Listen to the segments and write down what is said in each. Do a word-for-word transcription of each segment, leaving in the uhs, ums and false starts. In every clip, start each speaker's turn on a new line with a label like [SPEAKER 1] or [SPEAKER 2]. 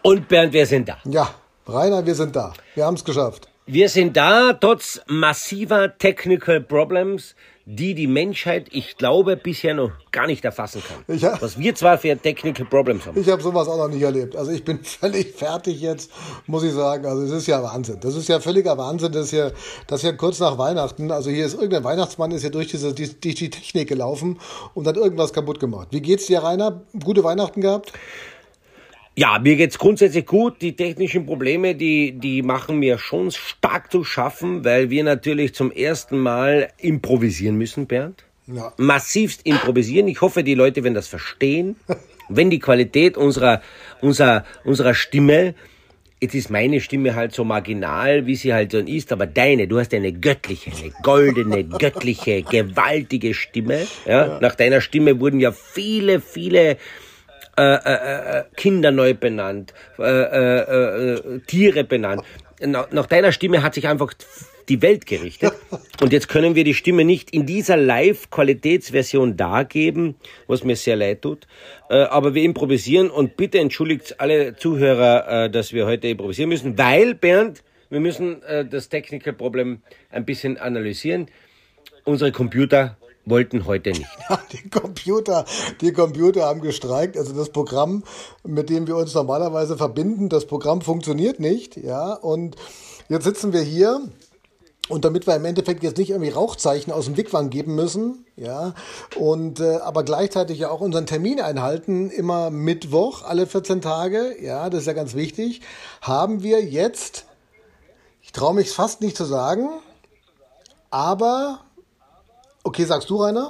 [SPEAKER 1] Und Bernd, wir sind da.
[SPEAKER 2] Ja, Rainer, wir sind da. Wir haben es geschafft.
[SPEAKER 1] Wir sind da, trotz massiver Technical Problems, die die Menschheit, ich glaube, bisher noch gar nicht erfassen kann.
[SPEAKER 2] Ich ha-
[SPEAKER 1] Was wir zwar für Technical Problems haben.
[SPEAKER 2] Ich habe sowas auch noch nicht erlebt. Also ich bin völlig fertig jetzt, muss ich sagen. Also es ist ja Wahnsinn. Das ist ja völliger Wahnsinn. Das ist ja, das ist ja kurz nach Weihnachten. Also hier ist irgendein Weihnachtsmann, ist ja durch diese die, durch die Technik gelaufen und hat irgendwas kaputt gemacht. Wie geht's dir, Rainer? Gute Weihnachten gehabt?
[SPEAKER 1] Ja, mir geht's grundsätzlich gut. Die technischen Probleme, die, die machen mir schon stark zu schaffen, weil wir natürlich zum ersten Mal improvisieren müssen, Bernd.
[SPEAKER 2] Ja.
[SPEAKER 1] Massivst improvisieren. Ich hoffe, die Leute werden das verstehen. Wenn die Qualität unserer, unserer, unserer Stimme, jetzt ist meine Stimme halt so marginal, wie sie halt so ist, aber deine, du hast eine göttliche, eine goldene, göttliche, gewaltige Stimme. Ja? Ja. Nach deiner Stimme wurden ja viele, viele Äh, äh, äh, Kinder neu benannt, äh, äh, äh, Tiere benannt. Nach, nach deiner Stimme hat sich einfach die Welt gerichtet. Und jetzt können wir die Stimme nicht in dieser Live-Qualitätsversion dargeben, was mir sehr leid tut. Äh, aber wir improvisieren und bitte entschuldigt alle Zuhörer, äh, dass wir heute improvisieren müssen, weil, Bernd, wir müssen äh, das Technical Problem ein bisschen analysieren. Unsere Computer wollten heute nicht.
[SPEAKER 2] Ja, die Computer, die Computer haben gestreikt. Also das Programm, mit dem wir uns normalerweise verbinden, das Programm funktioniert nicht. Ja, und jetzt sitzen wir hier. Und damit wir im Endeffekt jetzt nicht irgendwie Rauchzeichen aus dem Wigwam geben müssen, ja, und äh, aber gleichzeitig ja auch unseren Termin einhalten, immer Mittwoch, alle vierzehn Tage, ja, das ist ja ganz wichtig, haben wir jetzt, ich traue mich fast nicht zu sagen, aber okay, sagst du, Rainer?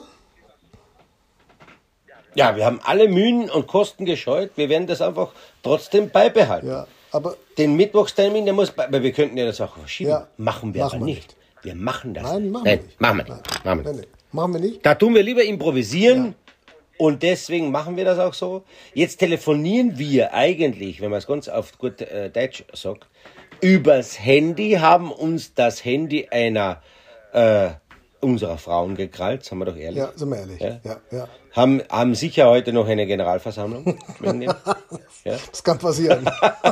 [SPEAKER 1] Ja, wir haben alle Mühen und Kosten gescheut. Wir werden das einfach trotzdem beibehalten.
[SPEAKER 2] Ja, aber
[SPEAKER 1] den Mittwochstermin, der muss, bei, weil wir könnten ja das auch verschieben.
[SPEAKER 2] Ja,
[SPEAKER 1] machen wir
[SPEAKER 2] machen
[SPEAKER 1] aber
[SPEAKER 2] wir
[SPEAKER 1] nicht. Wir machen das
[SPEAKER 2] Nein,
[SPEAKER 1] nicht.
[SPEAKER 2] machen
[SPEAKER 1] Nein,
[SPEAKER 2] wir nicht.
[SPEAKER 1] machen wir nicht.
[SPEAKER 2] Nein.
[SPEAKER 1] Machen wir
[SPEAKER 2] Nein,
[SPEAKER 1] nicht.
[SPEAKER 2] nein, machen wir nicht.
[SPEAKER 1] Da tun wir lieber improvisieren. Ja. Und deswegen machen wir das auch so. Jetzt telefonieren wir eigentlich, wenn man es ganz auf gut äh, Deutsch sagt, übers Handy, haben uns das Handy einer äh, unserer Frauen gekrallt, sagen wir doch ehrlich.
[SPEAKER 2] Ja, sind wir ehrlich.
[SPEAKER 1] Ja?
[SPEAKER 2] Ja, ja.
[SPEAKER 1] Haben, haben sicher heute noch eine Generalversammlung. Ja?
[SPEAKER 2] Das kann passieren.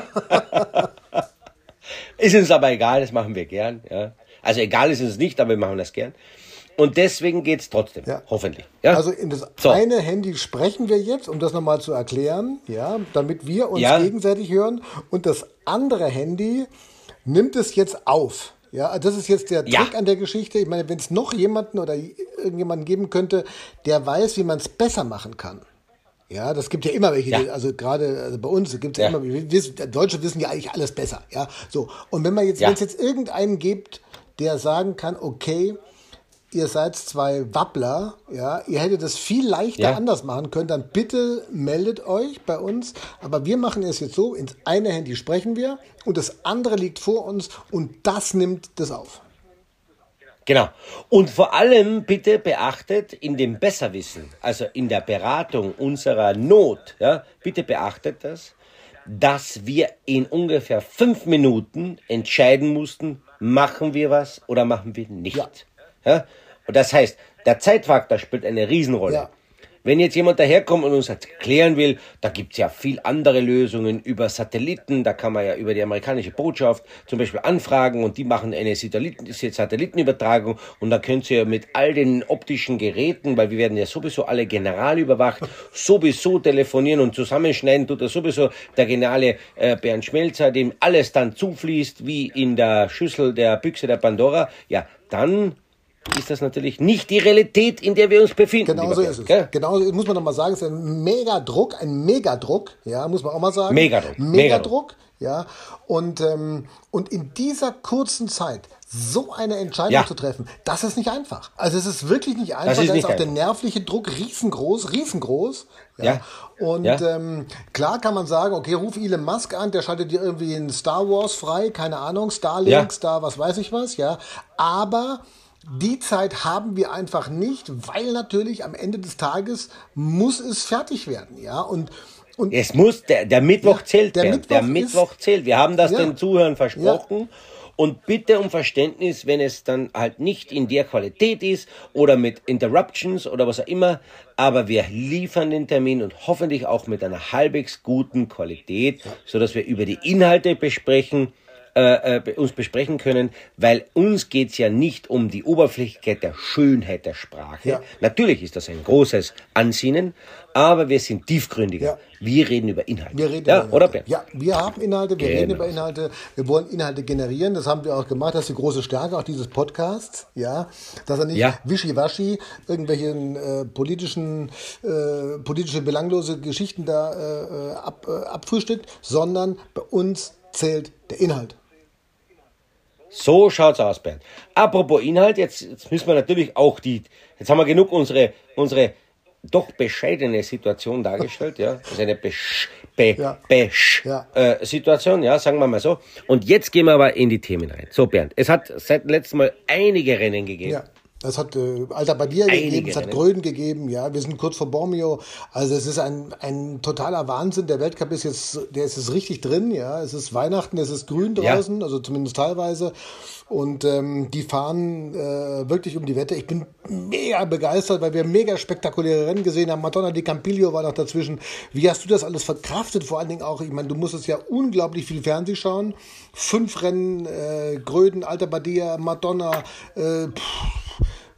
[SPEAKER 1] Ist uns aber egal, das machen wir gern. Ja? Also egal ist uns nicht, aber wir machen das gern. Und deswegen geht's trotzdem,
[SPEAKER 2] Ja.
[SPEAKER 1] hoffentlich. Ja?
[SPEAKER 2] Also in das
[SPEAKER 1] So.
[SPEAKER 2] eine Handy sprechen wir jetzt, um das nochmal zu erklären, ja, damit wir uns
[SPEAKER 1] Ja.
[SPEAKER 2] gegenseitig hören. Und das andere Handy nimmt es jetzt auf. Ja, das ist jetzt der Trick
[SPEAKER 1] Ja.
[SPEAKER 2] an der Geschichte. Ich meine, wenn es noch jemanden oder irgendjemanden geben könnte, der weiß, wie man es besser machen kann. Ja, das gibt ja immer welche,
[SPEAKER 1] Ja.
[SPEAKER 2] die, also gerade also bei uns gibt es ja.
[SPEAKER 1] Ja.
[SPEAKER 2] immer, wir wissen, Deutsche wissen ja eigentlich alles besser. Ja, so. Und wenn man jetzt,
[SPEAKER 1] Ja.
[SPEAKER 2] wenn es jetzt irgendeinen gibt, der sagen kann, okay, ihr seid zwei Wappler, ja, ihr hättet es viel leichter
[SPEAKER 1] Ja.
[SPEAKER 2] anders machen können, dann bitte meldet euch bei uns. Aber wir machen es jetzt so, ins eine Handy sprechen wir und das andere liegt vor uns und das nimmt das auf.
[SPEAKER 1] Genau. Und vor allem bitte beachtet in dem Besserwissen, also in der Beratung unserer Not, ja, bitte beachtet das, dass wir in ungefähr fünf Minuten entscheiden mussten, machen wir was oder machen wir nicht.
[SPEAKER 2] Ja.
[SPEAKER 1] Ja? Und das heißt, der Zeitfaktor spielt eine Riesenrolle.
[SPEAKER 2] Ja.
[SPEAKER 1] Wenn jetzt jemand daherkommt und uns erklären will, da gibt's ja viel andere Lösungen über Satelliten, da kann man ja über die amerikanische Botschaft zum Beispiel anfragen und die machen eine Satelliten- Satellitenübertragung und dann könnt ihr mit all den optischen Geräten, weil wir werden ja sowieso alle general überwacht, sowieso telefonieren und zusammenschneiden tut das sowieso der geniale äh, Bernd Schmelzer, dem alles dann zufließt wie in der Schüssel der Büchse der Pandora, ja, dann ist das natürlich nicht die Realität, in der wir uns befinden.
[SPEAKER 2] Genau so
[SPEAKER 1] lieber
[SPEAKER 2] ist es.
[SPEAKER 1] Bernd, gell?
[SPEAKER 2] Genau so muss man doch mal sagen, es ist ein Megadruck, ein Megadruck, ja, muss man auch mal sagen.
[SPEAKER 1] Megadruck,
[SPEAKER 2] Megadruck, ja. Und, ähm, und in dieser kurzen Zeit so eine Entscheidung
[SPEAKER 1] Ja.
[SPEAKER 2] zu treffen, das ist nicht einfach. Also es ist wirklich nicht einfach.
[SPEAKER 1] ist
[SPEAKER 2] Da
[SPEAKER 1] nicht
[SPEAKER 2] ist auch der
[SPEAKER 1] einfach.
[SPEAKER 2] nervliche Druck riesengroß, riesengroß. Ja.
[SPEAKER 1] Ja.
[SPEAKER 2] Und
[SPEAKER 1] Ja.
[SPEAKER 2] Ähm, klar kann man sagen, okay, ruf Elon Musk an, der schaltet dir irgendwie in Star Wars frei, keine Ahnung, Starlink,
[SPEAKER 1] Ja.
[SPEAKER 2] Star, was weiß ich was, ja. Aber die Zeit haben wir einfach nicht, weil natürlich am Ende des Tages muss es fertig werden, ja. Und, und
[SPEAKER 1] Es muss, der, der Mittwoch
[SPEAKER 2] Ja,
[SPEAKER 1] zählt,
[SPEAKER 2] der
[SPEAKER 1] Bernd. Der
[SPEAKER 2] Mittwoch ist-
[SPEAKER 1] Mittwoch zählt. Wir haben das
[SPEAKER 2] Ja.
[SPEAKER 1] den Zuhörern versprochen. Und bitte um Verständnis, wenn es dann halt nicht in der Qualität ist oder mit Interruptions oder was auch immer. Aber wir liefern den Termin und hoffentlich auch mit einer halbwegs guten Qualität, sodass wir über die Inhalte besprechen, äh, äh, uns besprechen können, weil uns geht's ja nicht um die Oberflächlichkeit der Schönheit der Sprache.
[SPEAKER 2] Ja.
[SPEAKER 1] Natürlich ist das ein großes Ansinnen, aber wir sind tiefgründiger.
[SPEAKER 2] Ja.
[SPEAKER 1] Wir reden über Inhalte.
[SPEAKER 2] Wir reden
[SPEAKER 1] ja,
[SPEAKER 2] über Inhalte.
[SPEAKER 1] oder Bernd?
[SPEAKER 2] Ja, wir haben Inhalte, wir
[SPEAKER 1] Genau.
[SPEAKER 2] reden über Inhalte, wir wollen Inhalte generieren, das haben wir auch gemacht, das ist die große Stärke auch dieses Podcasts, ja, dass er nicht
[SPEAKER 1] Ja.
[SPEAKER 2] wischiwaschi irgendwelchen äh, politischen, äh, politische belanglose Geschichten da äh, ab, äh, abfrühstückt, sondern bei uns zählt der Inhalt.
[SPEAKER 1] So schaut's aus, Bernd. Apropos Inhalt, jetzt, jetzt müssen wir natürlich auch die, jetzt haben wir genug unsere, unsere doch bescheidene Situation dargestellt, ja, also eine besch, be,
[SPEAKER 2] Ja.
[SPEAKER 1] besch,
[SPEAKER 2] Ja.
[SPEAKER 1] äh, Situation, ja, sagen wir mal so. Und jetzt gehen wir aber in die Themen rein. So, Bernd, es hat seit dem letzten Mal einige Rennen gegeben.
[SPEAKER 2] Ja. Es hat äh, Alta Badia
[SPEAKER 1] Einige
[SPEAKER 2] gegeben, es hat
[SPEAKER 1] Rennen.
[SPEAKER 2] Gröden gegeben, ja, wir sind kurz vor Bormio, also es ist ein, ein totaler Wahnsinn, der Weltcup ist jetzt, der ist jetzt richtig drin, ja, es ist Weihnachten, es ist grün
[SPEAKER 1] Ja.
[SPEAKER 2] draußen, also zumindest teilweise und ähm, die fahren äh, wirklich um die Wette, ich bin mega begeistert, weil wir mega spektakuläre Rennen gesehen haben, Madonna di Campiglio war noch dazwischen, wie hast du das alles verkraftet, vor allen Dingen auch, ich meine, du musstest ja unglaublich viel Fernseh schauen, fünf Rennen, äh, Gröden, Alta Badia, Madonna, äh, pff,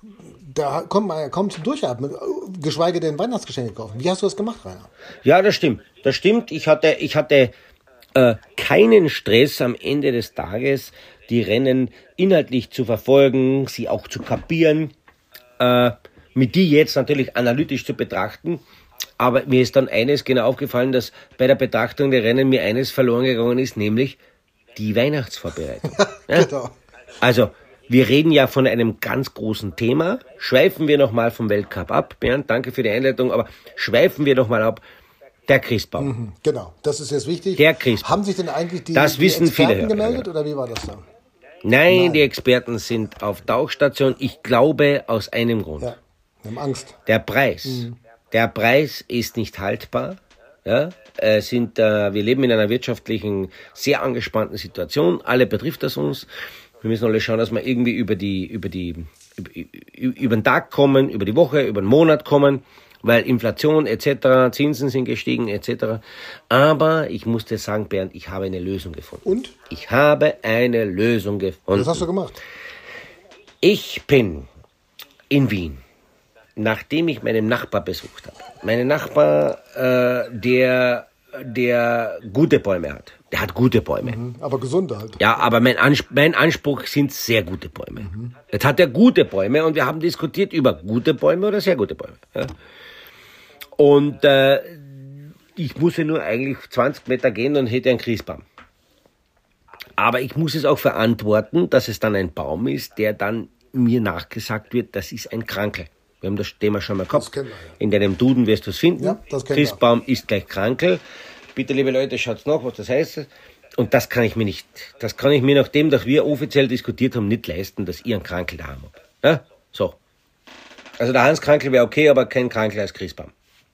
[SPEAKER 2] da kommt man ja kaum zum Durchatmen, geschweige denn Weihnachtsgeschenke kaufen. Wie hast du das gemacht, Rainer?
[SPEAKER 1] Ja, das stimmt. Das stimmt. Ich hatte, ich hatte äh, keinen Stress am Ende des Tages, die Rennen inhaltlich zu verfolgen, sie auch zu kapieren, äh, mit die jetzt natürlich analytisch zu betrachten. Aber mir ist dann eines genau aufgefallen, dass bei der Betrachtung der Rennen mir eines verloren gegangen ist, nämlich die Weihnachtsvorbereitung. Ja?
[SPEAKER 2] Genau.
[SPEAKER 1] Also, wir reden ja von einem ganz großen Thema. Schweifen wir nochmal vom Weltcup ab. Bernd, danke für die Einleitung, aber schweifen wir nochmal ab. Der Christbaum.
[SPEAKER 2] Mhm, genau, das ist jetzt wichtig.
[SPEAKER 1] Der Christbaum.
[SPEAKER 2] Haben sich denn eigentlich die,
[SPEAKER 1] Das
[SPEAKER 2] die
[SPEAKER 1] wissen
[SPEAKER 2] Experten
[SPEAKER 1] viele Hörer,
[SPEAKER 2] gemeldet oder wie war das dann?
[SPEAKER 1] Nein,
[SPEAKER 2] Nein.
[SPEAKER 1] die Experten sind auf Tauchstation. Ich glaube, aus einem Grund.
[SPEAKER 2] Ja, wir haben Angst.
[SPEAKER 1] Der Preis. Der Preis ist nicht haltbar. Ja, äh, sind, äh, wir leben in einer wirtschaftlichen, sehr angespannten Situation. Alle betrifft das uns. Wir müssen alle schauen, dass wir irgendwie über die, über die, über, über den Tag kommen, über die Woche, über den Monat kommen, weil Inflation et cetera, Zinsen sind gestiegen et cetera. Aber ich muss dir sagen, Bernd, ich habe eine Lösung gefunden.
[SPEAKER 2] Und?
[SPEAKER 1] Ich habe eine Lösung gefunden.
[SPEAKER 2] Was hast du gemacht?
[SPEAKER 1] Ich bin in Wien, nachdem ich meinen Nachbar besucht habe. Mein Nachbar, äh, der, der gute Bäume hat. Der hat gute Bäume.
[SPEAKER 2] Mhm, aber gesunde halt.
[SPEAKER 1] Ja, aber mein, Ansp- mein Anspruch sind sehr gute Bäume. Mhm. Jetzt hat er gute Bäume und wir haben diskutiert über gute Bäume oder sehr gute Bäume. Ja. Und äh, ich muss ja nur eigentlich zwanzig Meter gehen und hätte einen Christbaum. Aber ich muss es auch verantworten, dass es dann ein Baum ist, der dann mir nachgesagt wird, das ist ein Krankel. Wir haben das Thema schon mal gehabt.
[SPEAKER 2] Das kennen wir, ja.
[SPEAKER 1] In deinem Duden wirst du es finden.
[SPEAKER 2] Ja, das kennen wir.
[SPEAKER 1] Christbaum ist gleich Krankel. Bitte, liebe Leute, schaut's nach, was das heißt. Und das kann ich mir nicht, das kann ich mir, nachdem dass wir offiziell diskutiert haben, nicht leisten, dass ihr einen Krankel daheim habt. Ja? So. Also der Hans Krankel wäre okay, aber kein Krankel als Christbaum.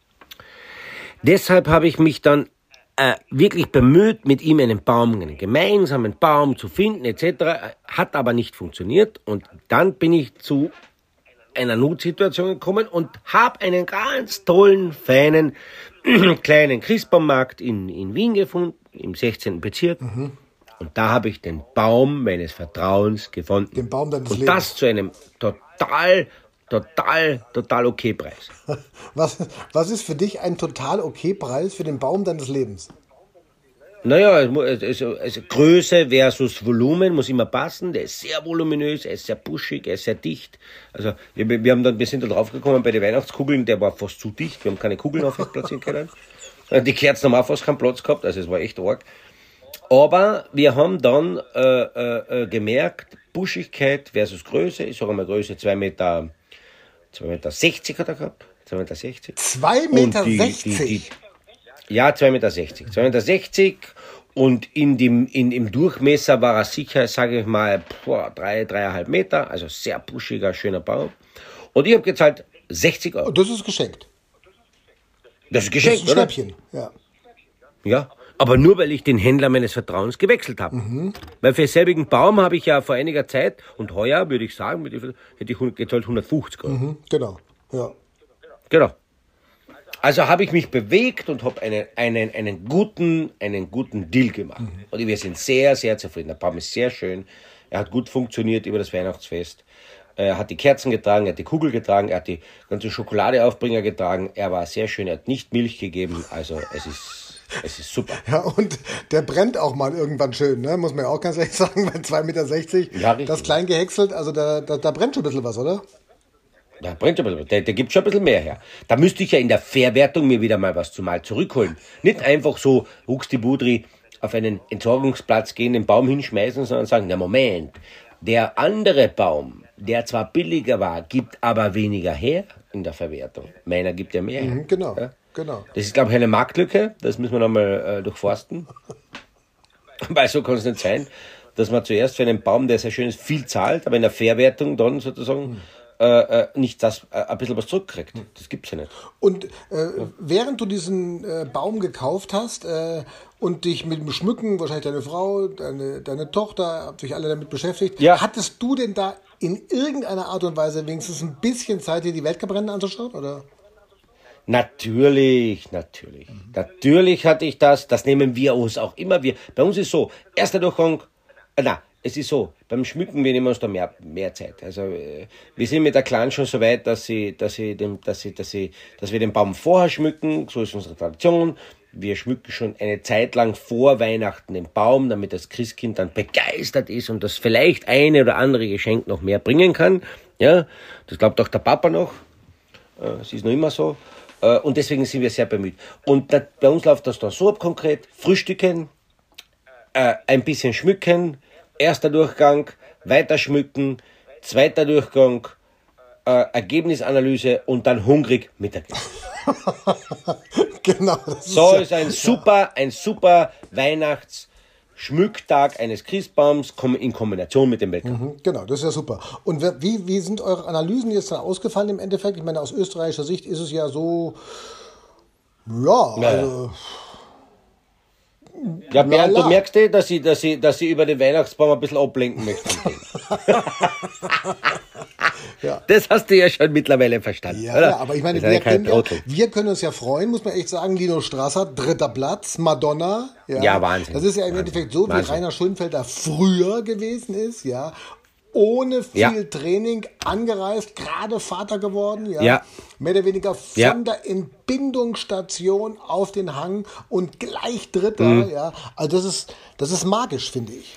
[SPEAKER 1] Deshalb habe ich mich dann äh, wirklich bemüht, mit ihm einen Baum, einen gemeinsamen Baum zu finden, et cetera. Hat aber nicht funktioniert. Und dann bin ich zu einer Notsituation gekommen und habe einen ganz tollen, feinen, kleinen Christbaummarkt in, in Wien gefunden, im sechzehnten Bezirk. Mhm. Und da habe ich den Baum meines Vertrauens gefunden.
[SPEAKER 2] Den Baum deines
[SPEAKER 1] und
[SPEAKER 2] Lebens.
[SPEAKER 1] das zu einem total, total, total okay Preis.
[SPEAKER 2] Was, was ist für dich ein total okay Preis für den Baum deines Lebens?
[SPEAKER 1] Naja, also, also Größe versus Volumen muss immer passen. Der ist sehr voluminös, er ist sehr buschig, er ist sehr dicht. Also wir, wir, haben dann, wir sind da drauf gekommen bei den Weihnachtskugeln, der war fast zu dicht. Wir haben keine Kugeln auf platzieren können. Die Kerzen haben auch fast keinen Platz gehabt, also es war echt arg. Aber wir haben dann äh, äh, gemerkt, Buschigkeit versus Größe. Ich sage mal Größe zwei Meter, zwei Meter sechzig hat er gehabt. zwei Meter sechzig.
[SPEAKER 2] zwei Meter
[SPEAKER 1] Und die-
[SPEAKER 2] sechzig?
[SPEAKER 1] die- die- Ja, zwei Meter sechzig. zwei Meter sechzig und in dem, in, im Durchmesser war er sicher, sage ich mal, boah, drei, dreieinhalb Meter. Also sehr buschiger, schöner Baum. Und ich habe gezahlt sechzig Euro.
[SPEAKER 2] Das ist geschenkt.
[SPEAKER 1] Das ist
[SPEAKER 2] Das
[SPEAKER 1] geschenkt,
[SPEAKER 2] ist ein
[SPEAKER 1] oder?
[SPEAKER 2] Schnäppchen. Ja.
[SPEAKER 1] Ja. Aber nur, weil ich den Händler meines Vertrauens gewechselt habe. Mhm. Weil für selbigen Baum habe ich ja vor einiger Zeit, und heuer würde ich sagen, hätte ich gezahlt hundertfünfzig Euro.
[SPEAKER 2] Mhm, genau, ja.
[SPEAKER 1] Genau. Also habe ich mich bewegt und habe einen, einen, einen, guten, einen guten Deal gemacht. Mhm. Und wir sind sehr, sehr zufrieden. Der Baum ist sehr schön. Er hat gut funktioniert über das Weihnachtsfest. Er hat die Kerzen getragen, er hat die Kugel getragen, er hat die ganze Schokoladeaufbringer getragen. Er war sehr schön, er hat nicht Milch gegeben. Also es ist, es ist super.
[SPEAKER 2] Ja, und der brennt auch mal irgendwann schön, ne? Muss man ja auch ganz ehrlich sagen, bei zwei Meter sechzig, ja, das klein gehäckselt, also da, da, da brennt schon ein bisschen was, oder?
[SPEAKER 1] Da brennt schon ein bisschen, der, der gibt schon ein bisschen mehr her. Da müsste ich ja in der Verwertung mir wieder mal was zumal zurückholen. Nicht einfach so Huxti-Budri auf einen Entsorgungsplatz gehen, den Baum hinschmeißen, sondern sagen, na Moment, der andere Baum, der zwar billiger war, gibt aber weniger her in der Verwertung. Meiner gibt ja mehr her.
[SPEAKER 2] Mhm, genau,
[SPEAKER 1] ja?
[SPEAKER 2] genau.
[SPEAKER 1] Das ist, glaube ich, eine Marktlücke, das müssen wir nochmal äh, durchforsten. Weil so kann es nicht sein, dass man zuerst für einen Baum, der sehr schön ist, viel zahlt, aber in der Verwertung dann sozusagen mhm. äh, nicht das, äh, ein bisschen was zurückkriegt. Das gibt's ja nicht.
[SPEAKER 2] Und äh, ja. während du diesen äh, Baum gekauft hast äh, und dich mit dem Schmücken, wahrscheinlich deine Frau, deine, deine Tochter, habt euch alle damit beschäftigt, ja. hattest du denn da in irgendeiner Art und Weise wenigstens ein bisschen Zeit, dir die Weltcuprennen anzuschauen, oder?
[SPEAKER 1] Natürlich, natürlich. Mhm. Natürlich hatte ich das. Das nehmen wir uns auch immer. Wir, bei uns ist so, erster Durchgang, äh, na, es ist so, beim Schmücken, wir nehmen uns da mehr, mehr Zeit. Also, äh, wir sind mit der Clan schon so weit, dass sie, dass sie, dem, dass sie, dass sie, dass wir den Baum vorher schmücken. So ist unsere Tradition. Wir schmücken schon eine Zeit lang vor Weihnachten den Baum, damit das Christkind dann begeistert ist und das vielleicht eine oder andere Geschenk noch mehr bringen kann. Ja, das glaubt auch der Papa noch. Äh, es ist noch immer so. Und deswegen sind wir sehr bemüht. Und da, bei uns läuft das dann so ab konkret. Frühstücken, äh, ein bisschen schmücken, erster Durchgang, weiter schmücken, zweiter Durchgang, äh, Ergebnisanalyse und dann hungrig Mittagessen.
[SPEAKER 2] Genau. Das
[SPEAKER 1] so
[SPEAKER 2] ist, ja,
[SPEAKER 1] ist ein super, ein super Weihnachts- Schmücktag eines Christbaums in Kombination mit dem Weltcup.
[SPEAKER 2] Mhm, genau, das ist ja super. Und wie, wie sind eure Analysen jetzt dann ausgefallen im Endeffekt? Ich meine, aus österreichischer Sicht ist es ja so, ja,
[SPEAKER 1] naja.
[SPEAKER 2] also...
[SPEAKER 1] Ja, Bernd, du merkst eh, dass sie, dass sie, dass sie über den Weihnachtsbaum ein bisschen ablenken möchten. Ja. Das hast du ja schon mittlerweile verstanden,
[SPEAKER 2] ja,
[SPEAKER 1] oder?
[SPEAKER 2] Ja, aber ich meine, wir können, ja, wir können uns ja freuen, muss man echt sagen, Lino Strasser, dritter Platz, Madonna. Ja,
[SPEAKER 1] ja Wahnsinn.
[SPEAKER 2] Das ist ja im
[SPEAKER 1] Wahnsinn.
[SPEAKER 2] Endeffekt so, wie
[SPEAKER 1] Wahnsinn.
[SPEAKER 2] Rainer Schönfelder früher gewesen ist, ja. Ohne viel ja. Training angereist, gerade Vater geworden, ja.
[SPEAKER 1] ja.
[SPEAKER 2] Mehr oder weniger von
[SPEAKER 1] ja.
[SPEAKER 2] der Entbindungsstation auf den Hang und gleich Dritter, mhm. ja. Also das ist, das ist magisch, finde ich.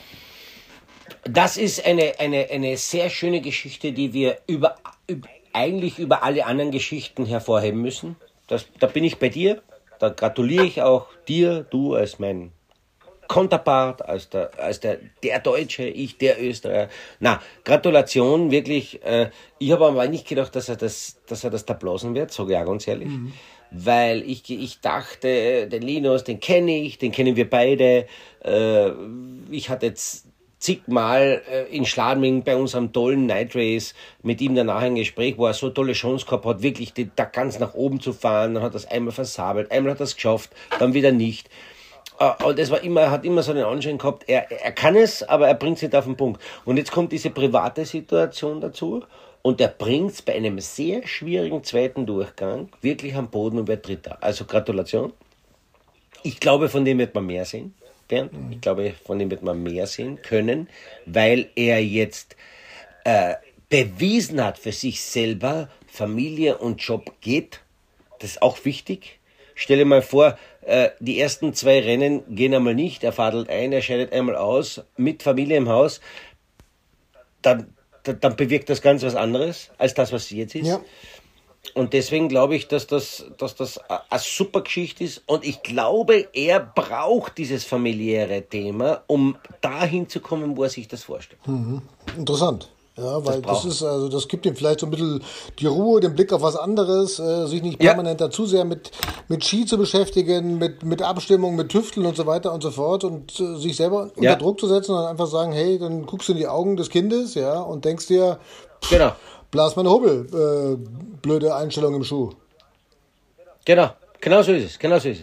[SPEAKER 1] Das ist eine, eine, eine sehr schöne Geschichte, die wir über, über, eigentlich über alle anderen Geschichten hervorheben müssen. Das, da bin ich bei dir. Da gratuliere ich auch dir, du als mein Konterpart, als der, als der, der Deutsche, ich der Österreicher. Na, Gratulation, wirklich. Äh, ich habe aber nicht gedacht, dass er das, dass er das da blasen wird, sage ich auch ganz ehrlich. Mhm. Weil ich, ich dachte, den Linus, den kenne ich, den kennen wir beide. Äh, ich hatte jetzt zigmal äh, in Schladming bei unserem tollen Night Race mit ihm danach ein Gespräch, wo er so tolle Chance gehabt hat, wirklich den, da ganz nach oben zu fahren. Dann hat er es einmal versabelt, einmal hat er es geschafft, dann wieder nicht. Und es war immer, er hat immer so einen Anschein gehabt, er, er kann es, aber er bringt es nicht auf den Punkt. Und jetzt kommt diese private Situation dazu und er bringt es bei einem sehr schwierigen zweiten Durchgang wirklich am Boden und wird Dritter. Also Gratulation. Ich glaube, von dem wird man mehr sehen, Bernd. Ich glaube, von dem wird man mehr sehen können, weil er jetzt äh, bewiesen hat für sich selber, Familie und Job geht. Das ist auch wichtig. Stell dir mal vor, äh, die ersten zwei Rennen gehen einmal nicht, er fadelt ein, er scheidet einmal aus, mit Familie im Haus, dann, dann, dann bewirkt das ganz was anderes, als das, was jetzt ist. Ja. Und deswegen glaube ich, dass das, dass das eine super Geschichte ist und ich glaube, er braucht dieses familiäre Thema, um dahin zu kommen, wo er sich das vorstellt.
[SPEAKER 2] Mhm. Interessant. Ja, weil das, das ist, also das gibt ihm vielleicht so ein bisschen die Ruhe, den Blick auf was anderes, äh, sich nicht permanent ja. dazu sehr mit, mit Ski zu beschäftigen, mit, mit Abstimmung, mit Tüfteln und so weiter und so fort und äh, sich selber ja. unter Druck zu setzen und einfach sagen, hey, dann guckst du in die Augen des Kindes, ja, und denkst dir, pff,
[SPEAKER 1] genau.
[SPEAKER 2] blas meine Hubbel, äh, blöde Einstellung im Schuh.
[SPEAKER 1] Genau, genau so ist es, genau so ist es.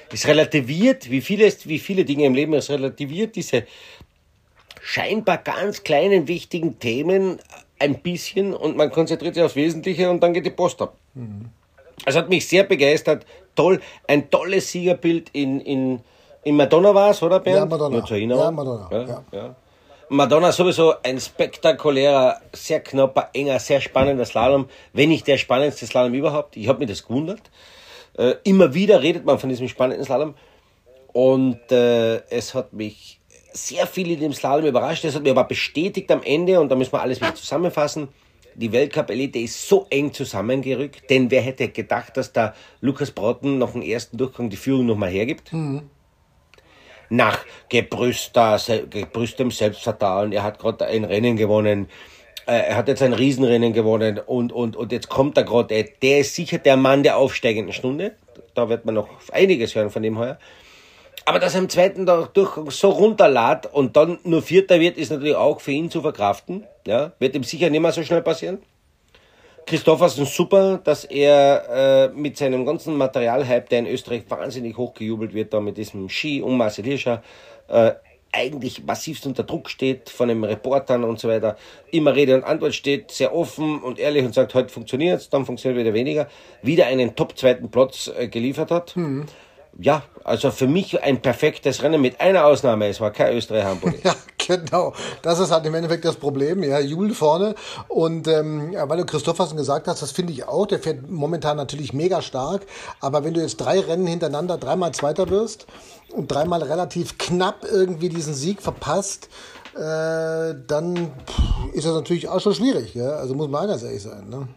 [SPEAKER 1] es relativiert, wie vieles, wie viele Dinge im Leben, es relativiert diese scheinbar ganz kleinen, wichtigen Themen ein bisschen und man konzentriert sich aufs Wesentliche und dann geht die Post ab. Mhm. Es hat mich sehr begeistert. Toll, ein tolles Siegerbild in, in, in Madonna war es, oder Bernd?
[SPEAKER 2] Ja, Madonna. Ja, Madonna.
[SPEAKER 1] Ja, ja. Ja. Madonna sowieso ein spektakulärer, sehr knapper, enger, sehr spannender Slalom. Wenn nicht der spannendste Slalom überhaupt. Ich habe mich das gewundert. Äh, immer wieder redet man von diesem spannenden Slalom. Und äh, es hat mich sehr viel in dem Slalom überrascht. Es hat mich aber bestätigt am Ende, und da müssen wir alles wieder zusammenfassen, die Weltcup-Elite ist so eng zusammengerückt, denn wer hätte gedacht, dass da Lukas Broughton nach dem ersten Durchgang die Führung nochmal hergibt? Mhm. Nach gebrüster, gebrüstem Selbstvertrauen, er hat gerade ein Rennen gewonnen, er hat jetzt ein Riesenrennen gewonnen und, und, und jetzt kommt er gerade, der ist sicher der Mann der aufsteigenden Stunde, da wird man noch einiges hören von dem heuer. Aber dass er im zweiten Durchgang so runterlädt und dann nur Vierter wird, ist natürlich auch für ihn zu verkraften. Ja, wird ihm sicher nicht mehr so schnell passieren. Christoffersen super, dass er äh, mit seinem ganzen Materialhype, der in Österreich wahnsinnig hochgejubelt wird, da mit diesem Ski um Marcel Hirscher, äh, eigentlich massivst unter Druck steht von den Reportern und so weiter, immer Rede und Antwort steht, sehr offen und ehrlich und sagt, heute funktioniert es, dann funktioniert wieder weniger, wieder einen Top-zweiten Platz äh, geliefert hat. Mhm. Ja, also für mich ein perfektes Rennen mit einer Ausnahme, es war kein Österreich-Hamburg.
[SPEAKER 2] Ja, genau. Das ist halt im Endeffekt das Problem. Ja, Jubel vorne. Und ähm, weil du Christoffersen gesagt hast, das finde ich auch. Der fährt momentan natürlich mega stark. Aber wenn du jetzt drei Rennen hintereinander dreimal Zweiter wirst und dreimal relativ knapp irgendwie diesen Sieg verpasst, äh, dann ist das natürlich auch schon schwierig. Ja? Also muss man ganz ehrlich sein, ne?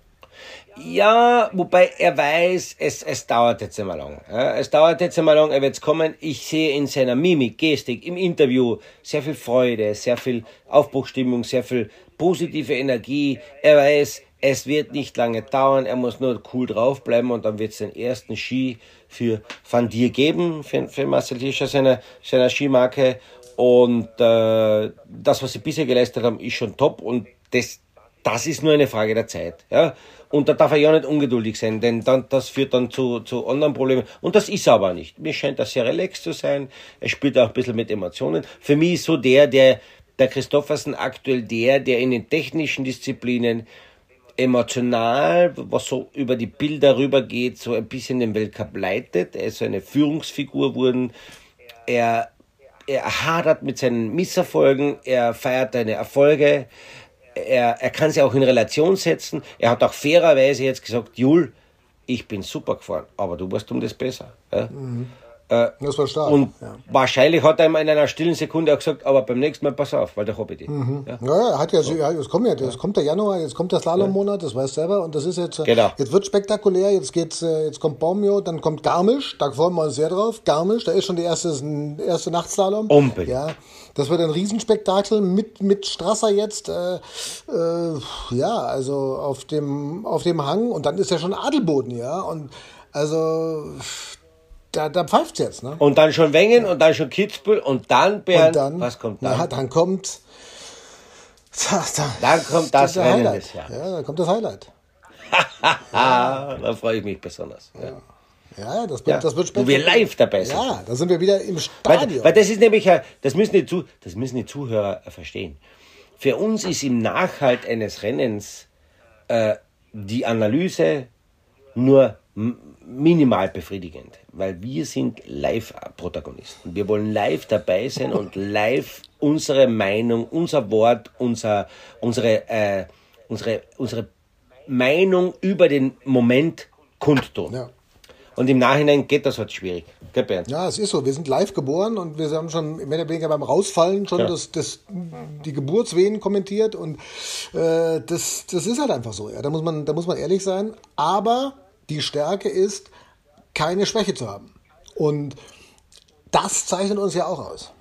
[SPEAKER 1] Ja, wobei er weiß, es, es dauert jetzt einmal lang. Ja, es dauert jetzt einmal lang, er wird kommen. Ich sehe in seiner Mimik, Gestik, im Interview sehr viel Freude, sehr viel Aufbruchstimmung, sehr viel positive Energie. Er weiß, es wird nicht lange dauern, er muss nur cool draufbleiben und dann wird es den ersten Ski für Van Dier geben, für, für Marcel Hirscher, seiner, seiner Skimarke. Und äh, das, was sie bisher geleistet haben, ist schon top und das, das ist nur eine Frage der Zeit. Ja. Und da darf er ja nicht ungeduldig sein, denn dann, das führt dann zu, zu anderen Problemen. Und das ist er aber nicht. Mir scheint das sehr relaxed zu sein. Er spielt auch ein bisschen mit Emotionen. Für mich ist so der, der, der Christoffersen aktuell der, der in den technischen Disziplinen emotional, was so über die Bilder rübergeht, so ein bisschen den Weltcup leitet. Er ist so eine Führungsfigur geworden. Er, er hadert mit seinen Misserfolgen. Er feiert seine Erfolge. Er, er kann sie auch in Relation setzen. Er hat auch fairerweise jetzt gesagt, Jul, ich bin super gefahren, aber du warst um das besser. Ja? Mhm. Äh, das war stark. Und ja. Wahrscheinlich hat er ihm in einer stillen Sekunde auch gesagt, aber beim nächsten Mal pass auf, weil da habe ich dich.
[SPEAKER 2] Mhm. Ja? Ja, er hat ja, so, ja, jetzt kommt ja, jetzt kommt der Januar, jetzt kommt der Slalom-Monat, das weißt du selber, und das ist jetzt, genau. Jetzt wird spektakulär, jetzt geht's, jetzt kommt Baumio, dann kommt Garmisch, da freuen wir uns sehr drauf. Garmisch, da ist schon die erste, erste Nachtslalom.
[SPEAKER 1] Unbedingt.
[SPEAKER 2] Ja. Das wird ein Riesenspektakel mit, mit Strasser jetzt, äh, äh, ja, also auf dem, auf dem Hang, und dann ist ja schon Adelboden, ja, und also da, da pfeift's jetzt, ne?
[SPEAKER 1] Und dann schon Wengen und dann schon Kitzbühel und dann, Bernd, und dann, was kommt dann?
[SPEAKER 2] Ja, dann kommt,
[SPEAKER 1] da, da, dann kommt das Rennen des
[SPEAKER 2] Jahres. Ja, dann kommt das Highlight.
[SPEAKER 1] Da freue ich mich besonders. Ja.
[SPEAKER 2] Ja. Ja, das wird, ja, das wird
[SPEAKER 1] spektakulär. Wo wir live dabei sind.
[SPEAKER 2] Ja, da sind wir wieder im Stadion.
[SPEAKER 1] Weil, weil das ist nämlich, das müssen, die Zu, das müssen die Zuhörer verstehen. Für uns ist im Nachhalt eines Rennens äh, die Analyse nur m- minimal befriedigend, weil wir sind Live-Protagonisten. Wir wollen live dabei sein und live unsere Meinung, unser Wort, unser, unsere, äh, unsere, unsere Meinung über den Moment kundtun. Ja. Und im Nachhinein geht das halt schwierig. Gell, Bernd?
[SPEAKER 2] Ja, es ist so. Wir sind live geboren und wir haben schon mehr oder weniger beim Rausfallen schon ja. das, das, die Geburtswehen kommentiert. Und äh, das, das ist halt einfach so. Ja. Da muss man, da muss man ehrlich sein. Aber die Stärke ist, keine Schwäche zu haben. Und das zeichnet uns ja auch aus.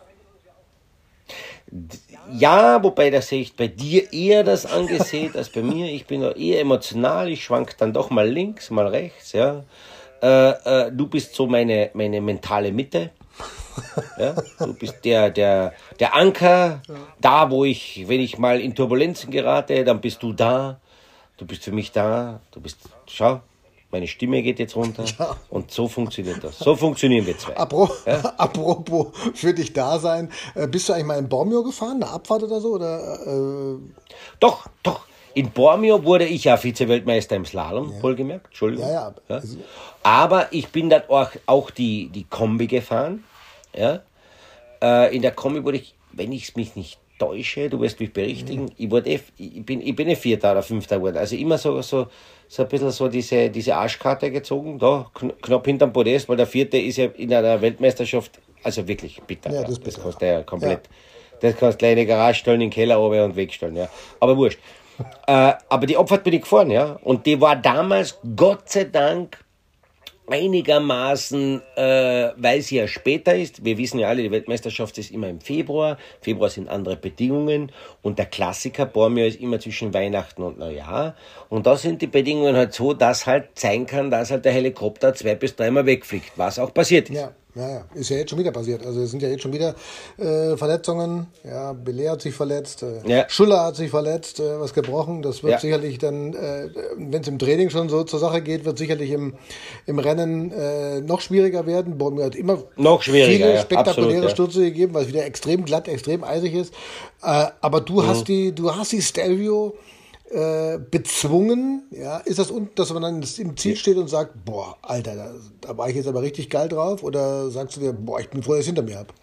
[SPEAKER 1] Ja, wobei da sehe ich bei dir eher das angesehen als bei mir. Ich bin eher emotional. Ich schwank dann doch mal links, mal rechts, ja. Äh, äh, du bist so meine, meine mentale Mitte. Ja? Du bist der, der, der Anker. Da, wo ich, wenn ich mal in Turbulenzen gerate, dann bist du da. Du bist für mich da. Du bist, schau, meine Stimme geht jetzt runter
[SPEAKER 2] Ja.
[SPEAKER 1] und so funktioniert das. So funktionieren wir zwei.
[SPEAKER 2] Apro ja? Apropos für dich da sein, äh, bist du eigentlich mal in Bormio gefahren, eine Abfahrt oder so? Oder, äh
[SPEAKER 1] Doch, doch. In Bormio wurde ich ja Vize-Weltmeister im Slalom, ja. wohlgemerkt. Entschuldigung.
[SPEAKER 2] Ja, ja.
[SPEAKER 1] Ja. Aber ich bin dann auch, auch die, die Kombi gefahren. Ja. Äh, in der Kombi wurde ich, wenn ich mich nicht täusche, du wirst mich berichtigen, mhm. ich, wurde, ich, bin, ich bin eh Vierter oder Fünfter geworden. Also immer so, so, so ein bisschen so diese, diese Arschkarte gezogen, da kn knapp hinterm Podest, weil der Vierte ist ja in einer Weltmeisterschaft, also wirklich bitter.
[SPEAKER 2] Ja,
[SPEAKER 1] ja.
[SPEAKER 2] das,
[SPEAKER 1] Das
[SPEAKER 2] bitter.
[SPEAKER 1] kostet ja komplett. Ja. Das kannst du gleich in die Garage stellen, in den Keller oben und wegstellen. Ja. Aber wurscht. äh, aber die Abfahrt bin ich gefahren, ja. Und die war damals, Gott sei Dank, einigermaßen, äh, weil sie ja später ist. Wir wissen ja alle, die Weltmeisterschaft ist immer im Februar. Februar sind andere Bedingungen. Und der Klassiker Bormio ist immer zwischen Weihnachten und Neujahr. Und da sind die Bedingungen halt so, dass halt sein kann, dass halt der Helikopter zwei bis dreimal wegfliegt, was auch passiert ist.
[SPEAKER 2] Ja. Ja, ja, ist ja jetzt schon wieder passiert. Also es sind ja jetzt schon wieder äh, Verletzungen. Ja, Bellet hat sich verletzt, äh,
[SPEAKER 1] ja.
[SPEAKER 2] Schuller hat sich verletzt, äh, was gebrochen. Das wird
[SPEAKER 1] ja.
[SPEAKER 2] sicherlich dann, äh, wenn es im Training schon so zur Sache geht, wird sicherlich im, im Rennen äh, noch schwieriger werden. Bormio hat immer
[SPEAKER 1] noch schwieriger,
[SPEAKER 2] viele
[SPEAKER 1] ja.
[SPEAKER 2] spektakuläre
[SPEAKER 1] Absolut, ja.
[SPEAKER 2] Stürze gegeben, weil es wieder extrem glatt, extrem eisig ist. Äh, aber du mhm. hast die, du hast die Stelvio Äh, bezwungen, ja, ist das, dass man dann im Ziel steht und sagt, boah, Alter, da, da war ich jetzt aber richtig geil drauf, oder sagst du dir, boah, ich bin froh, dass ich hinter mir habe?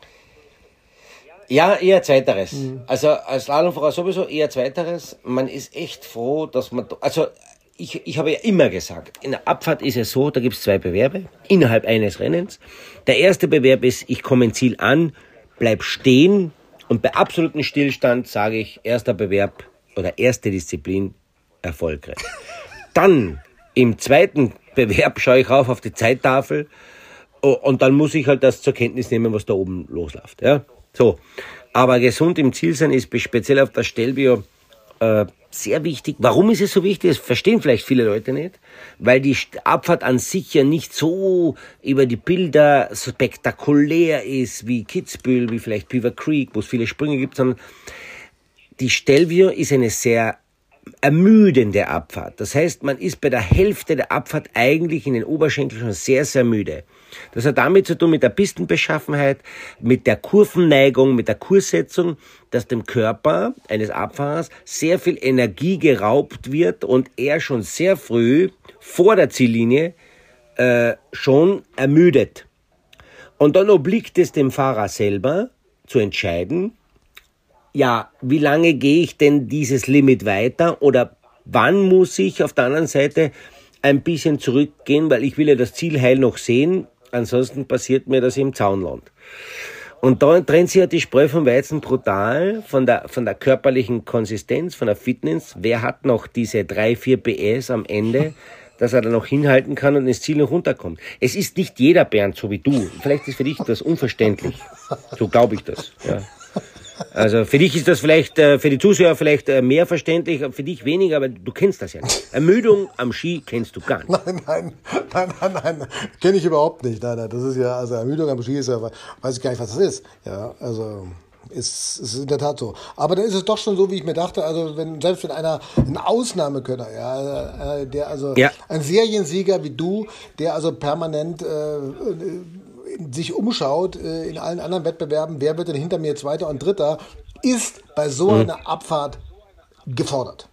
[SPEAKER 1] Ja, eher Zweiteres. Mhm. Also als Slalomfahrer sowieso eher Zweiteres. Man ist echt froh, dass man, also ich, ich habe ja immer gesagt, in der Abfahrt ist es so, da gibt es zwei Bewerbe innerhalb eines Rennens. Der erste Bewerb ist, ich komme ins Ziel an, bleib stehen und bei absolutem Stillstand sage ich, erster Bewerb oder erste Disziplin erfolgreich. Dann im zweiten Bewerb schaue ich rauf auf die Zeittafel und dann muss ich halt das zur Kenntnis nehmen, was da oben losläuft. Ja? So. Aber gesund im Ziel sein ist speziell auf der Stelvio äh, sehr wichtig. Warum ist es so wichtig? Das verstehen vielleicht viele Leute nicht, weil die Abfahrt an sich ja nicht so über die Bilder spektakulär ist wie Kitzbühel, wie vielleicht Beaver Creek, wo es viele Sprünge gibt, sondern die Stelvio ist eine sehr ermüdende Abfahrt. Das heißt, man ist bei der Hälfte der Abfahrt eigentlich in den Oberschenkeln schon sehr, sehr müde. Das hat damit zu tun mit der Pistenbeschaffenheit, mit der Kurvenneigung, mit der Kurssetzung, dass dem Körper eines Abfahrers sehr viel Energie geraubt wird und er schon sehr früh vor der Ziellinie äh, schon ermüdet. Und dann obliegt es dem Fahrer selber zu entscheiden, ja, wie lange gehe ich denn dieses Limit weiter oder wann muss ich auf der anderen Seite ein bisschen zurückgehen, weil ich will ja das Ziel heil noch sehen, ansonsten passiert mir das im Zaunland. Und da trennt sich ja die Spreu vom Weizen brutal von der, von der körperlichen Konsistenz, von der Fitness. Wer hat noch diese drei, vier P S am Ende, dass er dann noch hinhalten kann und ins Ziel noch runterkommt? Es ist nicht jeder, Bernd, so wie du. Vielleicht ist für dich das unverständlich. So glaube ich das, ja. Also für dich ist das vielleicht, äh, für die Zuschauer vielleicht äh, mehr verständlich, für dich weniger, aber du kennst das ja nicht. Ermüdung am Ski kennst du gar nicht.
[SPEAKER 2] Nein, nein, nein, nein, nein, kenne ich überhaupt nicht. Nein, nein, das ist ja, also Ermüdung am Ski ist ja, weiß ich gar nicht, was das ist. Ja, also ist, ist in der Tat so. Aber dann ist es doch schon so, wie ich mir dachte, also wenn, selbst wenn einer, ein Ausnahmekönner, ja, der also, ja. ein Seriensieger wie du, der also permanent, äh, sich umschaut äh, in allen anderen Wettbewerben, wer wird denn hinter mir Zweiter und Dritter, ist bei so mhm. einer Abfahrt gefordert.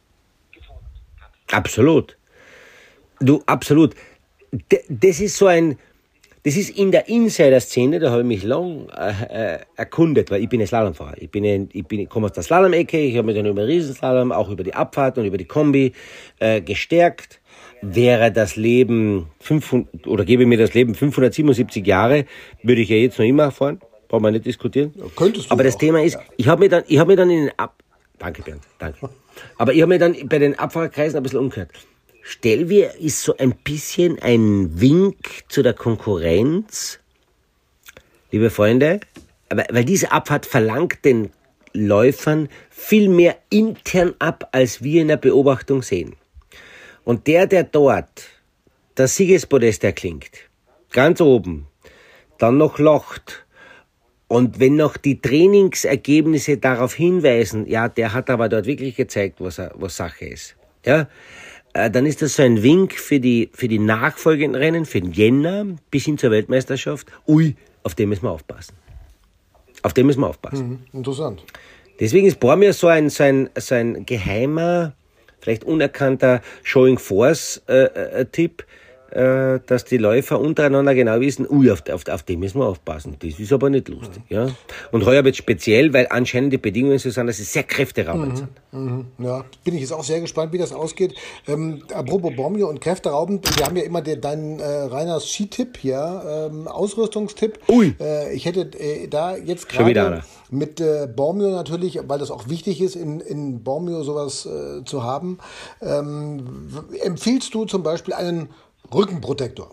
[SPEAKER 1] Absolut. Du, absolut. D- das ist so ein, das ist in der Insider-Szene, da habe ich mich lang äh, äh, erkundet, weil ich bin ein Slalomfahrer. Ich bin, ein, ich bin, ich komme aus der Slalom-Ecke, ich habe mich dann über Riesenslalom, auch über die Abfahrt und über die Kombi äh, gestärkt. Wäre das Leben fünfhundert, oder gebe mir das Leben fünfhundertsiebenundsiebzig Jahre, würde ich ja jetzt noch immer fahren. Brauchen wir nicht diskutieren. Ja, könntest du Aber das auch. Thema ist, ja. ich habe mir dann, ich habe mir dann in den Ab, danke Bernd, danke. Aber ich habe mir dann bei den Abfahrerkreisen ein bisschen umgehört. Stelvio ist so ein bisschen ein Wink zu der Konkurrenz, liebe Freunde, aber, weil diese Abfahrt verlangt den Läufern viel mehr intern ab, als wir in der Beobachtung sehen. Und der, der dort das Siegespodest erklingt, ganz oben, dann noch locht, und wenn noch die Trainingsergebnisse darauf hinweisen, ja, der hat aber dort wirklich gezeigt, was, er, was Sache ist, ja, äh, dann ist das so ein Wink für die, für die nachfolgenden Rennen, für den Jänner bis hin zur Weltmeisterschaft. Ui, auf den müssen wir aufpassen. Auf den müssen wir aufpassen.
[SPEAKER 2] Mhm, interessant.
[SPEAKER 1] Deswegen ist Bormio so ein, so ein, so ein geheimer, vielleicht unerkannter Showing-Force-Tipp, äh, äh, dass die Läufer untereinander genau wissen, ui, auf, auf, auf den müssen wir aufpassen. Das ist aber nicht lustig. Mhm. Ja? Und heuer wird speziell, weil anscheinend die Bedingungen so sind, dass sie sehr kräfteraubend
[SPEAKER 2] mhm.
[SPEAKER 1] sind.
[SPEAKER 2] Mhm. Ja, bin ich jetzt auch sehr gespannt, wie das ausgeht. Ähm, apropos Bormio und kräfteraubend, wir haben ja immer den, deinen äh, Reiners Skitipp hier, ähm, Ausrüstungstipp.
[SPEAKER 1] Ui.
[SPEAKER 2] Äh, ich hätte äh, da jetzt
[SPEAKER 1] Schon wieder
[SPEAKER 2] gerade
[SPEAKER 1] einer.
[SPEAKER 2] mit äh, Bormio natürlich, weil das auch wichtig ist, in, in Bormio sowas äh, zu haben. Ähm, w- empfiehlst du zum Beispiel einen Rückenprotektor?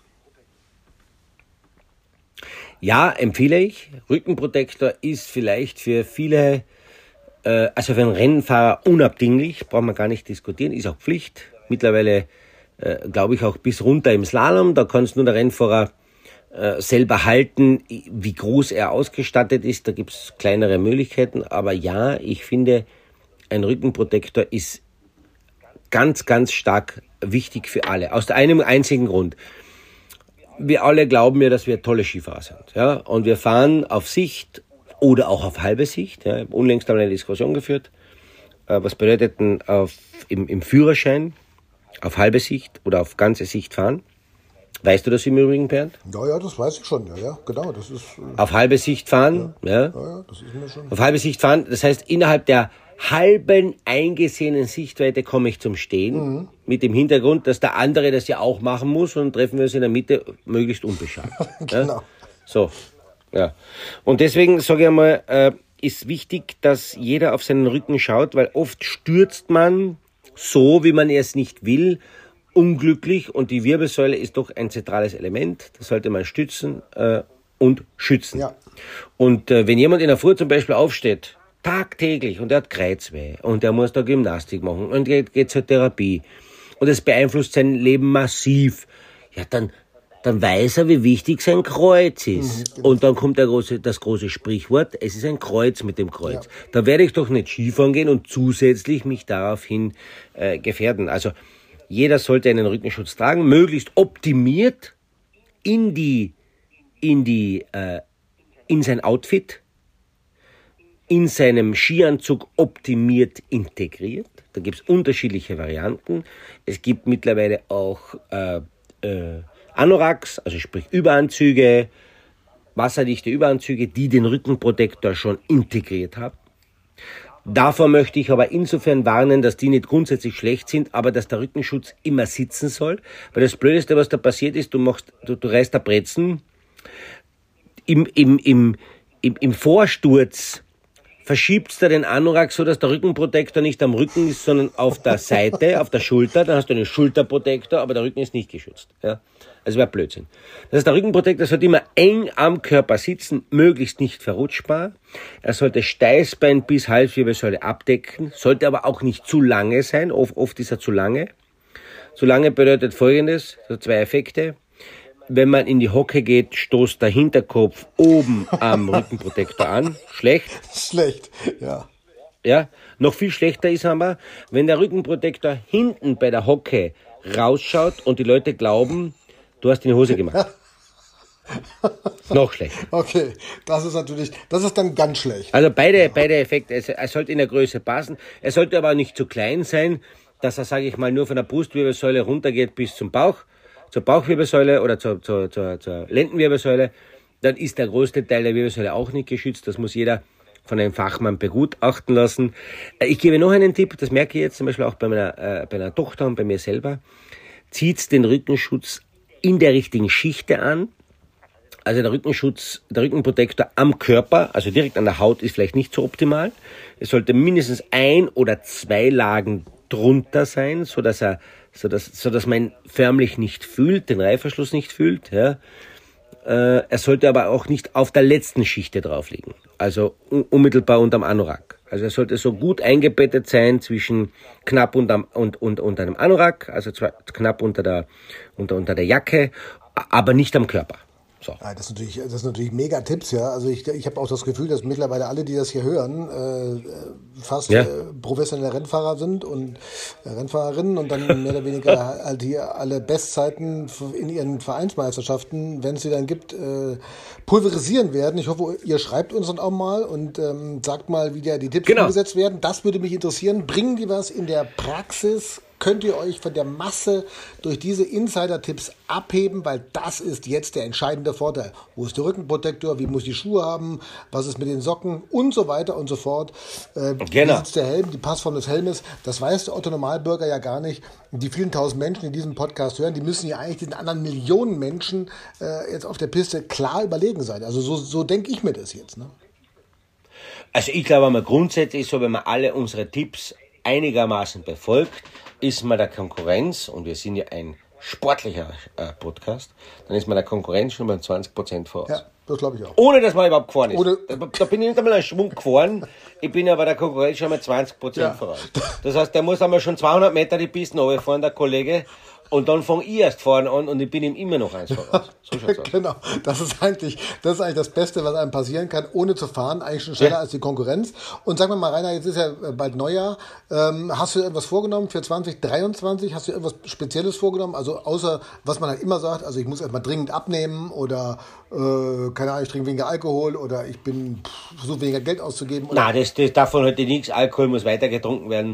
[SPEAKER 1] Ja, empfehle ich. Rückenprotektor ist vielleicht für viele, äh, also für einen Rennfahrer unabdinglich, braucht man gar nicht diskutieren, ist auch Pflicht. Mittlerweile, äh, glaube ich, auch bis runter im Slalom, da kann es nur der Rennfahrer äh, selber halten, wie groß er ausgestattet ist, da gibt es kleinere Möglichkeiten, aber ja, ich finde, ein Rückenprotektor ist ganz, ganz stark wichtig für alle. Aus einem einzigen Grund. Wir alle glauben ja, dass wir tolle Skifahrer sind. Ja? Und wir fahren auf Sicht oder auch auf halbe Sicht. Ja? Ich habe unlängst einmal eine Diskussion geführt. Äh, was bedeutet denn auf, im, im Führerschein auf halbe Sicht oder auf ganze Sicht fahren? Weißt du das im Übrigen, Bernd?
[SPEAKER 2] Ja, ja, das weiß ich schon. Ja, ja, genau. Das ist, äh,
[SPEAKER 1] Auf halbe Sicht fahren. Ja. Ja.
[SPEAKER 2] ja, ja, das ist mir schon.
[SPEAKER 1] Auf halbe Sicht fahren. Das heißt, innerhalb der halben eingesehenen Sichtweite komme ich zum Stehen. Mhm. Mit dem Hintergrund, dass der andere das ja auch machen muss und treffen wir uns in der Mitte möglichst unbeschadet.
[SPEAKER 2] Genau.
[SPEAKER 1] Ja? So, ja. Und deswegen sage ich einmal, äh, ist wichtig, dass jeder auf seinen Rücken schaut, weil oft stürzt man so, wie man es nicht will, unglücklich, und die Wirbelsäule ist doch ein zentrales Element. Das sollte man stützen äh, und schützen.
[SPEAKER 2] Ja.
[SPEAKER 1] Und äh, wenn jemand in der Früh zum Beispiel aufsteht, tagtäglich, und er hat Kreuzweh und er muss da Gymnastik machen und geht, geht zur Therapie und es beeinflusst sein Leben massiv, ja, dann, dann weiß er, wie wichtig sein Kreuz ist. Mhm, und dann kommt der große, das große Sprichwort, es ist ein Kreuz mit dem Kreuz. Ja. Da werde ich doch nicht Skifahren gehen und zusätzlich mich daraufhin äh, gefährden. Also jeder sollte einen Rückenschutz tragen, möglichst optimiert in die, in die, äh, in sein Outfit, in seinem Skianzug optimiert integriert. Da gibt es unterschiedliche Varianten. Es gibt mittlerweile auch äh, äh, Anoraks, also sprich Überanzüge, wasserdichte Überanzüge, die den Rückenprotektor schon integriert haben. Davor möchte ich aber insofern warnen, dass die nicht grundsätzlich schlecht sind, aber dass der Rückenschutz immer sitzen soll. Weil das Blödeste, was da passiert ist, du machst, du, du reißt da Brezen, im, im, im, im, im Vorsturz verschiebst du den Anorak so, dass der Rückenprotektor nicht am Rücken ist, sondern auf der Seite, auf der Schulter. Dann hast du einen Schulterprotektor, aber der Rücken ist nicht geschützt. Ja? Also wäre Blödsinn. Das heißt, der Rückenprotektor sollte immer eng am Körper sitzen, möglichst nicht verrutschbar. Er sollte Steißbein bis Halswirbelsäule abdecken, sollte aber auch nicht zu lange sein. Oft, oft ist er zu lange. Zu lange bedeutet Folgendes, so zwei Effekte. Wenn man in die Hocke geht, stoßt der Hinterkopf oben am Rückenprotektor an. Schlecht.
[SPEAKER 2] Schlecht, ja.
[SPEAKER 1] Ja, noch viel schlechter ist aber, wenn der Rückenprotektor hinten bei der Hocke rausschaut und die Leute glauben, du hast in die Hose gemacht. Noch schlechter.
[SPEAKER 2] Okay, das ist natürlich, das ist dann ganz schlecht.
[SPEAKER 1] Also beide, ja. beide Effekte. Also er sollte in der Größe passen. Er sollte aber nicht zu klein sein, dass er, sage ich mal, nur von der Brustwirbelsäule runtergeht bis zum Bauch. Zur Bauchwirbelsäule oder zur, zur, zur, zur Lendenwirbelsäule, dann ist der größte Teil der Wirbelsäule auch nicht geschützt. Das muss jeder von einem Fachmann begutachten lassen. Ich gebe noch einen Tipp, das merke ich jetzt zum Beispiel auch bei meiner, äh, bei meiner Tochter und bei mir selber. Zieht den Rückenschutz in der richtigen Schichte an. Also der Rückenschutz, der Rückenprotektor am Körper, also direkt an der Haut, ist vielleicht nicht so optimal. Es sollte mindestens ein oder zwei Lagen drunter sein, so dass er so dass, so dass man ihn förmlich nicht fühlt, den Reißverschluss nicht fühlt. Ja. Äh, er sollte aber auch nicht auf der letzten Schichte drauf liegen, also un- unmittelbar unterm Anorak. Also er sollte so gut eingebettet sein zwischen knapp unterm, und, und, unter einem Anorak, also zwar knapp unter der, unter, unter der Jacke, aber nicht am Körper. So.
[SPEAKER 2] Ja, das, ist natürlich, das sind natürlich mega Tipps, ja. Also ich, ich habe auch das Gefühl, dass mittlerweile alle, die das hier hören, äh, fast
[SPEAKER 1] Ja.
[SPEAKER 2] äh, professionelle Rennfahrer sind und äh, Rennfahrerinnen und dann mehr oder weniger halt hier alle Bestzeiten in ihren Vereinsmeisterschaften, wenn es sie dann gibt, äh, pulverisieren werden. Ich hoffe, ihr schreibt uns dann auch mal und ähm, sagt mal, wie da die Tipps
[SPEAKER 1] Genau.
[SPEAKER 2] umgesetzt werden. Das würde mich interessieren. Bringen die was in der Praxis? Könnt ihr euch von der Masse durch diese Insider-Tipps abheben, weil das ist jetzt der entscheidende Vorteil. Wo ist der Rückenprotektor, wie muss ich die Schuhe haben, was ist mit den Socken und so weiter und so fort. Äh,
[SPEAKER 1] Genau.
[SPEAKER 2] Wie sitzt der Helm, die Passform des Helmes, das weiß der Otto Normalbürger ja gar nicht. Die vielen tausend Menschen, die diesen Podcast hören, die müssen ja eigentlich den anderen Millionen Menschen äh, jetzt auf der Piste klar überlegen sein. Also so, so denke ich mir das jetzt. Ne?
[SPEAKER 1] Also ich glaube mal grundsätzlich so, wenn man alle unsere Tipps einigermaßen befolgt, ist man der Konkurrenz, und wir sind ja ein sportlicher äh, Podcast, dann ist man der Konkurrenz schon mal zwanzig Prozent voraus.
[SPEAKER 2] Ja, das glaube ich auch.
[SPEAKER 1] Ohne, dass man überhaupt gefahren ist.
[SPEAKER 2] Ohne-
[SPEAKER 1] da, da bin ich nicht einmal einen Schwung gefahren, ich bin aber der Konkurrenz schon mal zwanzig Prozent
[SPEAKER 2] Ja.
[SPEAKER 1] voraus. Das heißt, der muss einmal schon zweihundert Meter die Pisten runterfahren, der Kollege, und dann fange ich erst fahren an und ich bin ihm immer noch eins voraus. So schaut's aus.
[SPEAKER 2] Genau, das ist eigentlich das ist eigentlich das Beste, was einem passieren kann, ohne zu fahren, eigentlich schon schneller
[SPEAKER 1] Ja.
[SPEAKER 2] als die Konkurrenz. Und sag mir mal, Rainer, jetzt ist ja bald Neujahr. Ähm, hast du irgendwas vorgenommen für zwanzig dreiundzwanzig? Hast du irgendwas Spezielles vorgenommen? Also außer, was man halt immer sagt, also ich muss erstmal dringend abnehmen oder äh, keine Ahnung, ich trinke weniger Alkohol oder ich bin versuche weniger Geld auszugeben. Oder
[SPEAKER 1] Nein, das, das, davon heute nichts. Alkohol muss weiter getrunken werden.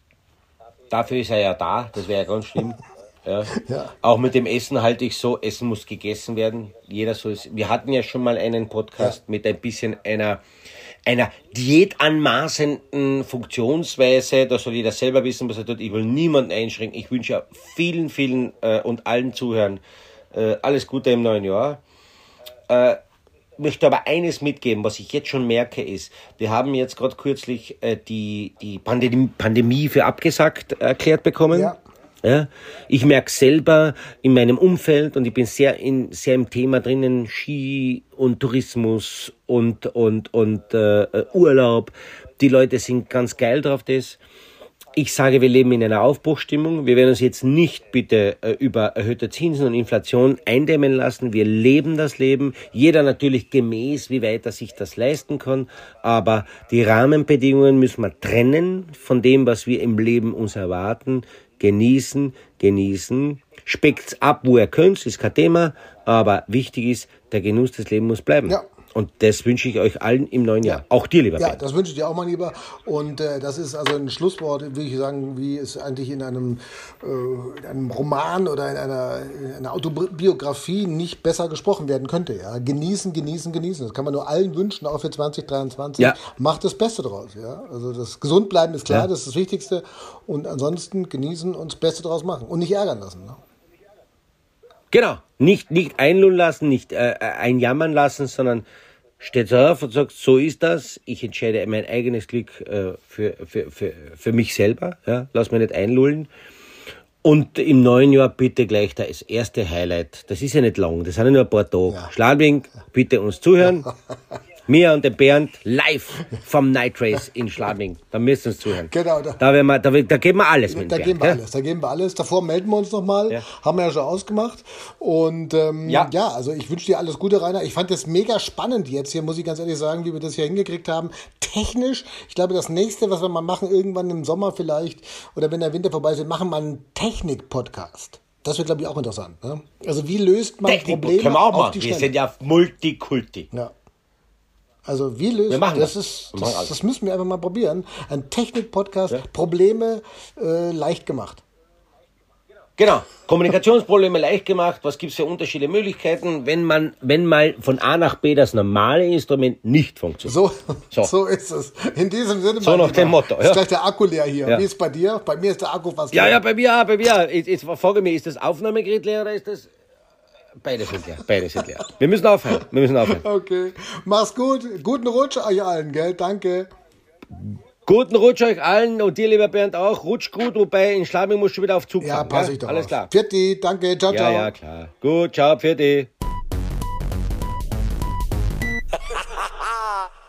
[SPEAKER 1] Dafür ist er ja da, das wäre ja ganz schlimm. Ja.
[SPEAKER 2] Ja.
[SPEAKER 1] Auch mit dem Essen halte ich so, Essen muss gegessen werden. Jeder soll es. Wir hatten ja schon mal einen Podcast
[SPEAKER 2] Ja.
[SPEAKER 1] mit ein bisschen einer, einer diätanmaßenden Funktionsweise. Da soll jeder selber wissen, was er tut. Ich will niemanden einschränken. Ich wünsche ja vielen, vielen äh, und allen Zuhörern äh, alles Gute im neuen Jahr. Äh, möchte aber eines mitgeben, was ich jetzt schon merke, ist, wir haben jetzt gerade kürzlich äh, die, die Pandemie, Pandemie für abgesagt erklärt bekommen.
[SPEAKER 2] Ja.
[SPEAKER 1] Ja, ich merke selber in meinem Umfeld, und ich bin sehr in sehr im Thema drinnen, Ski und Tourismus und und und äh, Urlaub. Die Leute sind ganz geil drauf das. Ich sage, wir leben in einer Aufbruchsstimmung. Wir werden uns jetzt nicht bitte äh, über erhöhte Zinsen und Inflation eindämmen lassen. Wir leben das Leben. Jeder natürlich gemäß, wie weit er sich das leisten kann. Aber die Rahmenbedingungen müssen wir trennen von dem, was wir im Leben uns erwarten. Genießen, genießen. Speckt's ab, wo ihr könnt, ist kein Thema. Aber wichtig ist, der Genuss des Lebens muss bleiben.
[SPEAKER 2] Ja.
[SPEAKER 1] Und das wünsche ich euch allen im neuen Jahr.
[SPEAKER 2] Ja.
[SPEAKER 1] Auch dir, lieber
[SPEAKER 2] Ja,
[SPEAKER 1] Ben.
[SPEAKER 2] das wünsche ich dir auch mal lieber. Und äh, das ist also ein Schlusswort, würde ich sagen, wie es eigentlich in einem, äh, in einem Roman oder in einer, in einer Autobiografie nicht besser gesprochen werden könnte. Ja? Genießen, genießen, genießen. Das kann man nur allen wünschen, auch für zwanzig dreiundzwanzig.
[SPEAKER 1] Ja.
[SPEAKER 2] Macht das Beste draus. Ja? Also das gesund bleiben ist klar,
[SPEAKER 1] Ja.
[SPEAKER 2] das ist das Wichtigste. Und ansonsten genießen und das Beste draus machen. Und nicht ärgern lassen. Ne?
[SPEAKER 1] Genau, nicht, nicht einlullen lassen, nicht äh, einjammern lassen, sondern steht auf und sagt, so ist das, ich entscheide mein eigenes Glück äh, für, für, für, für mich selber, ja? Lass mich nicht einlullen. Und im neuen Jahr bitte gleich das erste Highlight, das ist ja nicht lang, das sind ja nur ein paar Tage.
[SPEAKER 2] Ja.
[SPEAKER 1] Schladming, bitte uns zuhören. Mir und dem Bernd live vom Night Race in Schladming. Da müsst ihr uns zuhören.
[SPEAKER 2] Genau, da-
[SPEAKER 1] Da, werden wir, da, da geben wir alles mit dem
[SPEAKER 2] Da
[SPEAKER 1] Bernd,
[SPEAKER 2] geben wir
[SPEAKER 1] ja?
[SPEAKER 2] alles, da geben wir alles. Davor melden wir uns nochmal.
[SPEAKER 1] Ja.
[SPEAKER 2] Haben wir ja schon ausgemacht. Und ähm, ja.
[SPEAKER 1] Ja.
[SPEAKER 2] also ich wünsche dir alles Gute, Rainer. Ich fand das mega spannend jetzt hier, muss ich ganz ehrlich sagen, wie wir das hier hingekriegt haben. Technisch, ich glaube, das nächste, was wir mal machen, irgendwann im Sommer vielleicht, oder wenn der Winter vorbei ist, wir machen mal einen Technik-Podcast. Das wird, glaube ich, auch interessant. Ne? Also wie löst man
[SPEAKER 1] Technik,
[SPEAKER 2] Probleme
[SPEAKER 1] können wir auch
[SPEAKER 2] auf
[SPEAKER 1] machen.
[SPEAKER 2] die
[SPEAKER 1] Wir
[SPEAKER 2] Schnelle?
[SPEAKER 1] sind ja Multikulti.
[SPEAKER 2] Ja. Also wie löst
[SPEAKER 1] Wir machen
[SPEAKER 2] das?
[SPEAKER 1] das.
[SPEAKER 2] Ist,
[SPEAKER 1] Wir machen
[SPEAKER 2] das,
[SPEAKER 1] alles.
[SPEAKER 2] das müssen wir einfach mal probieren. Ein Technik-Podcast,
[SPEAKER 1] Ja.
[SPEAKER 2] Probleme äh, leicht gemacht.
[SPEAKER 1] Genau, Kommunikationsprobleme leicht gemacht. Was gibt's für unterschiedliche Möglichkeiten, wenn man, wenn mal von A nach B das normale Instrument nicht funktioniert?
[SPEAKER 2] So, so.
[SPEAKER 1] So.
[SPEAKER 2] ist es. In diesem Sinne,
[SPEAKER 1] So
[SPEAKER 2] mein
[SPEAKER 1] nach
[SPEAKER 2] Lieber,
[SPEAKER 1] dem Motto,
[SPEAKER 2] Ist
[SPEAKER 1] ja.
[SPEAKER 2] gleich der Akku leer hier.
[SPEAKER 1] Ja.
[SPEAKER 2] Wie ist es bei dir? Bei mir ist der Akku fast
[SPEAKER 1] Ja,
[SPEAKER 2] leer.
[SPEAKER 1] ja, bei mir, auch, bei mir. auch. Jetzt, jetzt frage ich mich, ist das Aufnahmegerät leer oder ist das... Beide sind leer, beide sind leer. Wir müssen aufhören, wir müssen aufhören.
[SPEAKER 2] Okay. Mach's gut. Guten Rutsch euch allen, gell? Danke.
[SPEAKER 1] Guten Rutsch euch allen und dir, lieber Bernd, auch. Rutsch gut, wobei in Schladming musst du wieder auf Zug
[SPEAKER 2] Ja,
[SPEAKER 1] fahren.
[SPEAKER 2] pass ich doch
[SPEAKER 1] Alles
[SPEAKER 2] auf.
[SPEAKER 1] klar.
[SPEAKER 2] Pfiatti, danke. Ciao,
[SPEAKER 1] Ja,
[SPEAKER 2] ciao.
[SPEAKER 1] ja, klar. Gut, ciao, für dich.